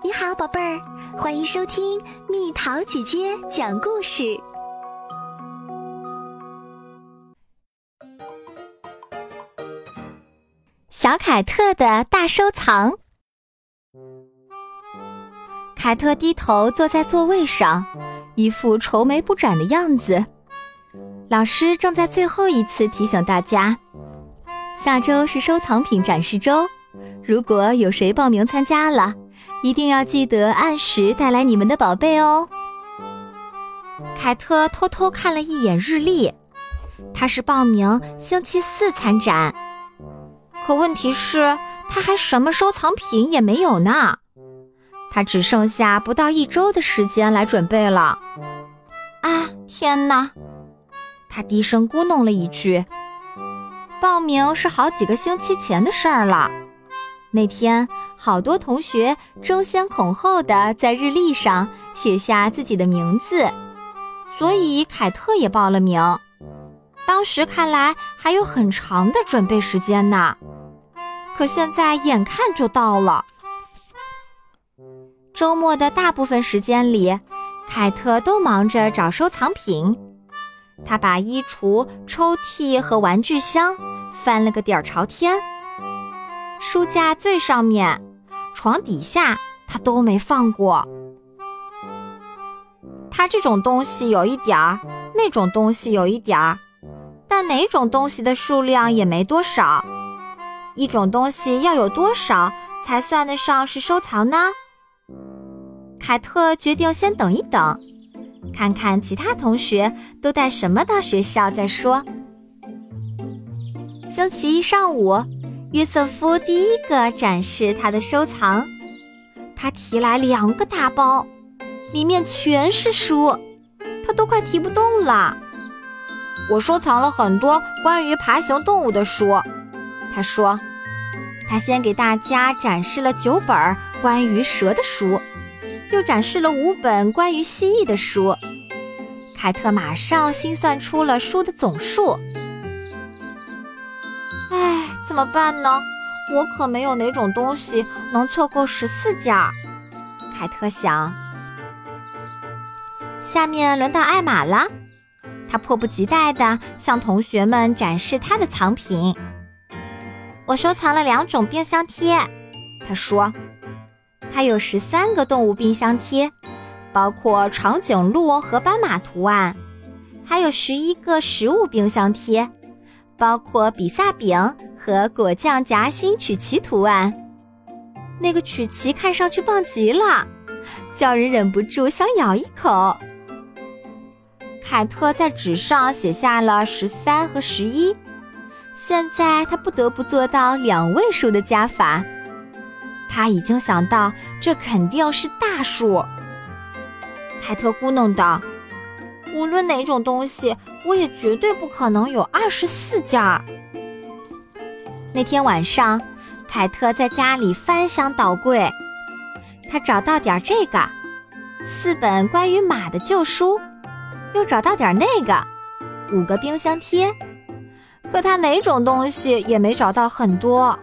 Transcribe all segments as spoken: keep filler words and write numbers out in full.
你好，宝贝儿，欢迎收听蜜桃姐姐讲故事。小凯特的大收藏。凯特低头坐在座位上，一副愁眉不展的样子。老师正在最后一次提醒大家，下周是收藏品展示周，如果有谁报名参加了，一定要记得按时带来你们的宝贝哦。凯特偷偷看了一眼日历，他是报名星期四参展，可问题是他还什么收藏品也没有呢，他只剩下不到一周的时间来准备了。啊，天哪！他低声咕哝了一句。报名是好几个星期前的事儿了。那天好多同学争先恐后地在日历上写下自己的名字，所以凯特也报了名。当时看来还有很长的准备时间呢，可现在眼看就到了。周末的大部分时间里，凯特都忙着找收藏品。他把衣橱、抽屉和玩具箱翻了个底儿朝天，书架最上面、床底下他都没放过。他这种东西有一点儿，那种东西有一点儿，但哪种东西的数量也没多少。一种东西要有多少才算得上是收藏呢？凯特决定先等一等，看看其他同学都带什么到学校再说。星期一上午，约瑟夫第一个展示他的收藏。他提来两个大包，里面全是书，他都快提不动了。我收藏了很多关于爬行动物的书，他说。他先给大家展示了九本关于蛇的书，又展示了五本关于蜥蜴的书。凯特马上心算出了书的总数。唉，怎么办呢？我可没有哪种东西能凑够十四件。凯特想。下面轮到艾玛了，她迫不及待地向同学们展示她的藏品。我收藏了两种冰箱贴，她说。她有十三个动物冰箱贴，包括长颈鹿和斑马图案，还有十一个食物冰箱贴，包括比萨饼和果酱夹心曲奇图案。那个曲奇看上去棒极了，叫人忍不住想咬一口。凯特在纸上写下了十三和十一，现在他不得不做到两位数的加法。他已经想到这肯定是大数。凯特咕哝道，无论哪种东西，我也绝对不可能有二十四件。那天晚上，凯特在家里翻箱倒柜，他找到点这个，四本关于马的旧书，又找到点那个，五个冰箱贴，可他哪种东西也没找到很多。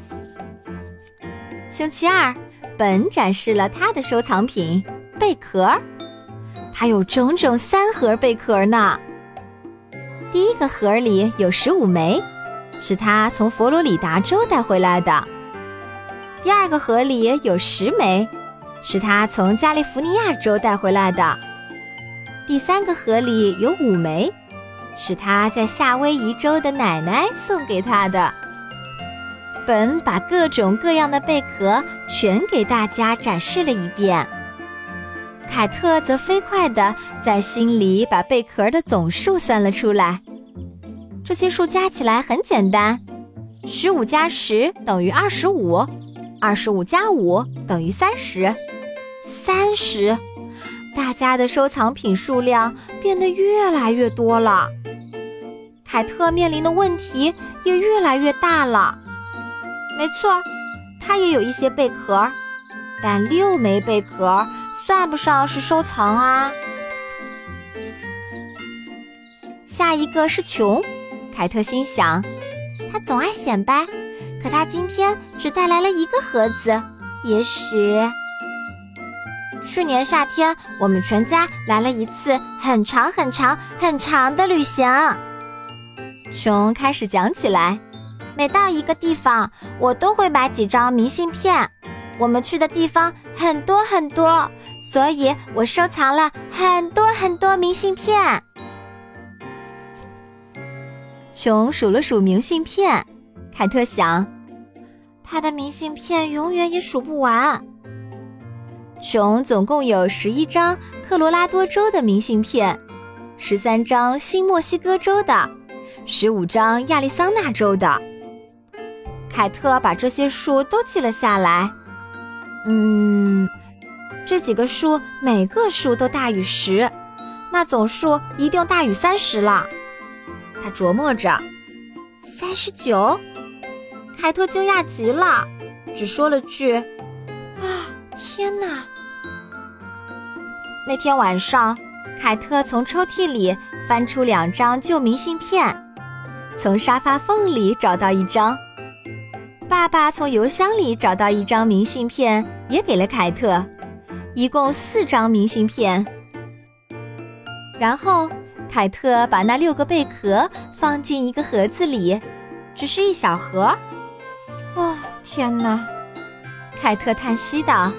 星期二，本展示了他的收藏品贝壳，他有整整三盒贝壳呢。第一个盒里有十五枚，是他从佛罗里达州带回来的。第二个盒里有十枚，是他从加利福尼亚州带回来的。第三个盒里有五枚，是他在夏威夷州的奶奶送给他的。本把各种各样的贝壳全给大家展示了一遍。凯特则飞快地在心里把贝壳的总数算了出来。这些数加起来很简单，十五加十等于二十五，二十五加五等于三十，三十。大家的收藏品数量变得越来越多了，凯特面临的问题也越来越大了。没错，他也有一些贝壳，但六枚贝壳算不上是收藏啊。下一个是熊，凯特心想，他总爱显摆，可他今天只带来了一个盒子，也许去年夏天，我们全家来了一次很长很长很长的旅行。熊开始讲起来，每到一个地方，我都会买几张明信片。我们去的地方很多很多，所以我收藏了很多很多明信片。熊数了数明信片，凯特想，他的明信片永远也数不完。熊总共有十一张科罗拉多州的明信片，十三张新墨西哥州的，十五张亚利桑那州的。凯特把这些数都记了下来。嗯，这几个数每个数都大于十，那总数一定大于三十了。他琢磨着，三十九？凯特惊讶极了，只说了句：啊，天哪！那天晚上，凯特从抽屉里翻出两张旧明信片，从沙发缝里找到一张。爸爸从邮箱里找到一张明信片，也给了凯特，一共四张明信片。然后，凯特把那六个贝壳放进一个盒子里，只是一小盒。哦，天哪！凯特叹息道。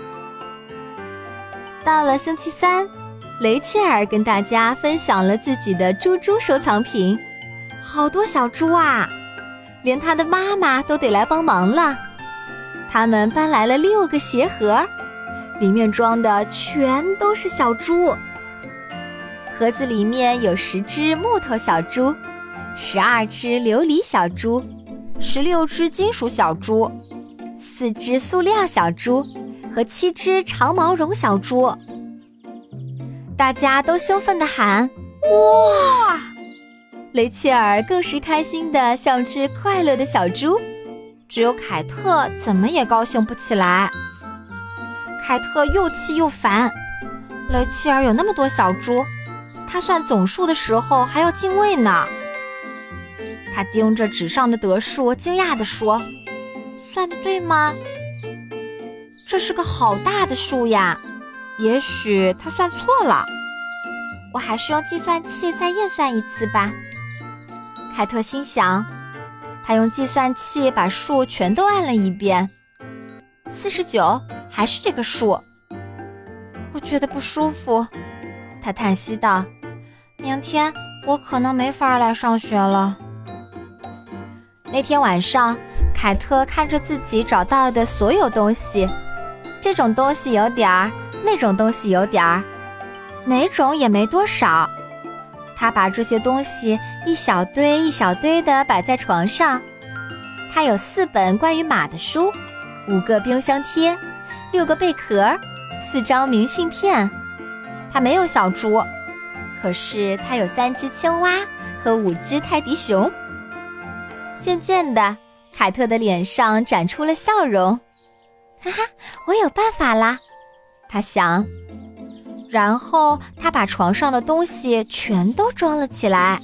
到了星期三，雷切尔跟大家分享了自己的猪猪收藏品，好多小猪啊，连他的妈妈都得来帮忙了。他们搬来了六个鞋盒，里面装的全都是小猪。盒子里面有十只木头小猪，十二只琉璃小猪，十六只金属小猪，四只塑料小猪和七只长毛绒小猪。大家都兴奋地喊：哇！雷切尔更是开心的像只快乐的小猪，只有凯特怎么也高兴不起来。凯特又气又烦，雷切尔有那么多小猪，他算总数的时候还要进位呢。他盯着纸上的得数，惊讶地说：算得对吗？这是个好大的数呀，也许他算错了。我还是用计算器再验算一次吧。凯特心想，他用计算器把数全都按了一遍。四十九，还是这个数。我觉得不舒服，他叹息道，明天我可能没法来上学了。那天晚上，凯特看着自己找到的所有东西，这种东西有点儿，那种东西有点儿，哪种也没多少。他把这些东西一小堆一小堆地摆在床上。他有四本关于马的书，五个冰箱贴，六个贝壳，四张明信片。他没有小猪，可是他有三只青蛙和五只泰迪熊。渐渐的，凯特的脸上展出了笑容。哈哈，我有办法啦，他想。然后他把床上的东西全都装了起来。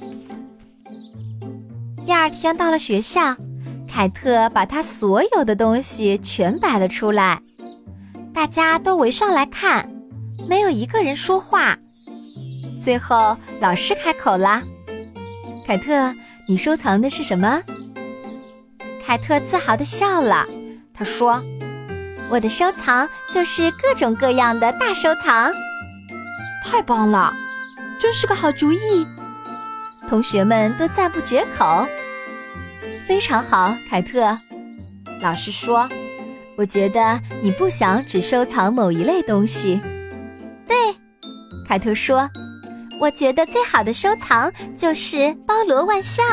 第二天到了学校，凯特把他所有的东西全摆了出来，大家都围上来看，没有一个人说话。最后老师开口了：凯特，你收藏的是什么？凯特自豪地笑了，他说：我的收藏就是各种各样的大收藏。太棒了，真是个好主意！同学们都赞不绝口。非常好，凯特。老师说，我觉得你不想只收藏某一类东西。对，凯特说，我觉得最好的收藏就是包罗万象。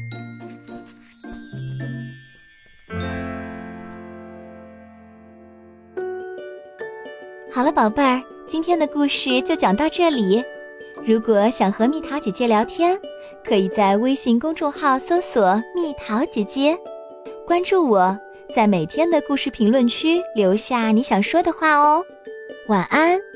好了，宝贝儿，今天的故事就讲到这里。如果想和蜜桃姐姐聊天，可以在微信公众号搜索蜜桃姐姐，关注我，在每天的故事评论区留下你想说的话哦。晚安。